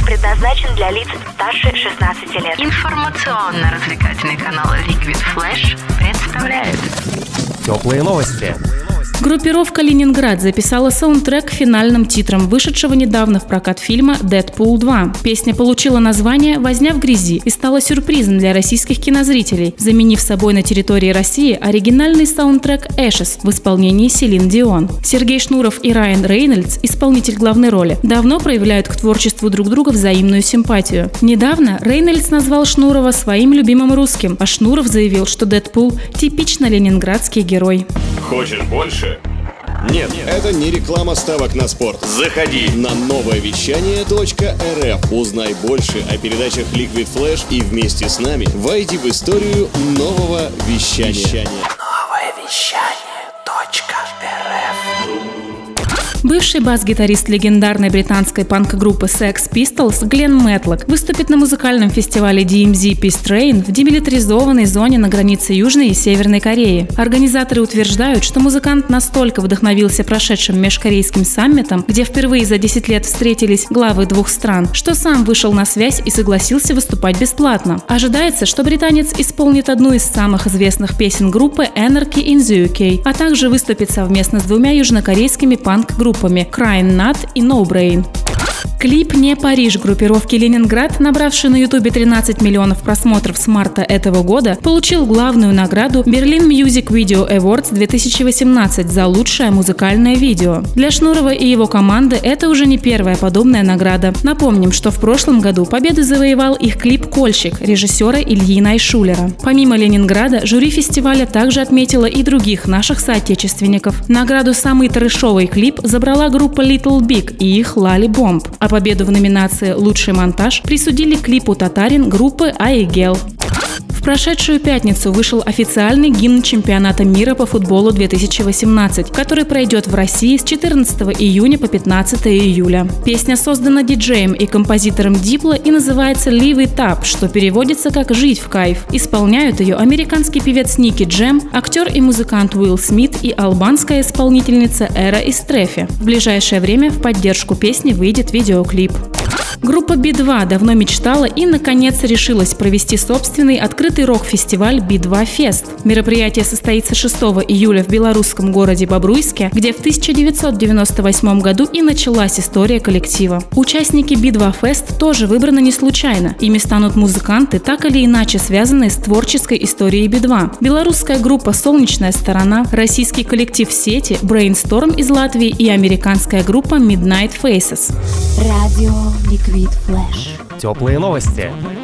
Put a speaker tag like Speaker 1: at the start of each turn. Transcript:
Speaker 1: предназначен для лиц старше 16 лет.
Speaker 2: Информационно-развлекательный канал Liquid Flash представляет
Speaker 3: Теплые новости.
Speaker 4: Группировка «Ленинград» записала саундтрек к финальным титрам вышедшего недавно в прокат фильма «Дэдпул 2». Песня получила название «Возня в грязи» и стала сюрпризом для российских кинозрителей, заменив собой на территории России оригинальный саундтрек «Ashes» в исполнении Селин Дион. Сергей Шнуров и Райан Рейнольдс, исполнитель главной роли, давно проявляют к творчеству друг друга взаимную симпатию. Недавно Рейнольдс назвал Шнурова своим любимым русским, а Шнуров заявил, что Дэдпул – типично ленинградский герой.
Speaker 5: Хочешь больше?
Speaker 6: Нет, это не реклама ставок на спорт.
Speaker 5: Заходи
Speaker 6: на нововещание.рф. Узнай больше о передачах Liquid Flash и вместе с нами войди в историю нового вещания.
Speaker 2: Новое вещание.рф.
Speaker 4: Бывший бас-гитарист легендарной британской панк-группы Sex Pistols Глен Мэтлок выступит на музыкальном фестивале DMZ Peace Train в демилитаризованной зоне на границе Южной и Северной Кореи. Организаторы утверждают, что музыкант настолько вдохновился прошедшим межкорейским саммитом, где впервые за 10 лет встретились главы двух стран, что сам вышел на связь и согласился выступать бесплатно. Ожидается, что британец исполнит одну из самых известных песен группы Anarchy in the UK, а также выступит совместно с двумя южнокорейскими панк-группами Crying Nut и No Brain. Клип «Не Париж» группировки «Ленинград», набравший на Ютубе 13 миллионов просмотров с марта этого года, получил главную награду Berlin Music Video Awards 2018 за лучшее музыкальное видео. Для Шнурова и его команды это уже не первая подобная награда. Напомним, что в прошлом году победу завоевал их клип «Кольщик» режиссера Ильи Найшулера. Помимо Ленинграда, жюри фестиваля также отметило и других наших соотечественников. Награду «Самый трэшовый клип» забрала группа Little Big и их «Lali Bomb», а победу в номинации «Лучший монтаж» присудили клипу «Татарин» группы Айгел. В прошедшую пятницу вышел официальный гимн чемпионата мира по футболу 2018, который пройдет в России с 14 июня по 15 июля. Песня создана диджеем и композитором Дипло и называется «Live It Up», что переводится как «Жить в кайф». Исполняют ее американский певец Ники Джем, актер и музыкант Уилл Смит и албанская исполнительница Эра Истрефи. В ближайшее время в поддержку песни выйдет видеоклип. Группа Би-2 давно мечтала и, наконец, решилась провести собственный открытый рок-фестиваль Би-2 Фест. Мероприятие состоится 6 июля в белорусском городе Бобруйске, где в 1998 году и началась история коллектива. Участники Би-2 Фест тоже выбраны не случайно. Ими станут музыканты, так или иначе связанные с творческой историей Би-2. Белорусская группа «Солнечная сторона», российский коллектив «Сети», Brainstorm из Латвии и американская группа Midnight Faces.
Speaker 1: Радио Liquid Flash.
Speaker 3: Теплые новости.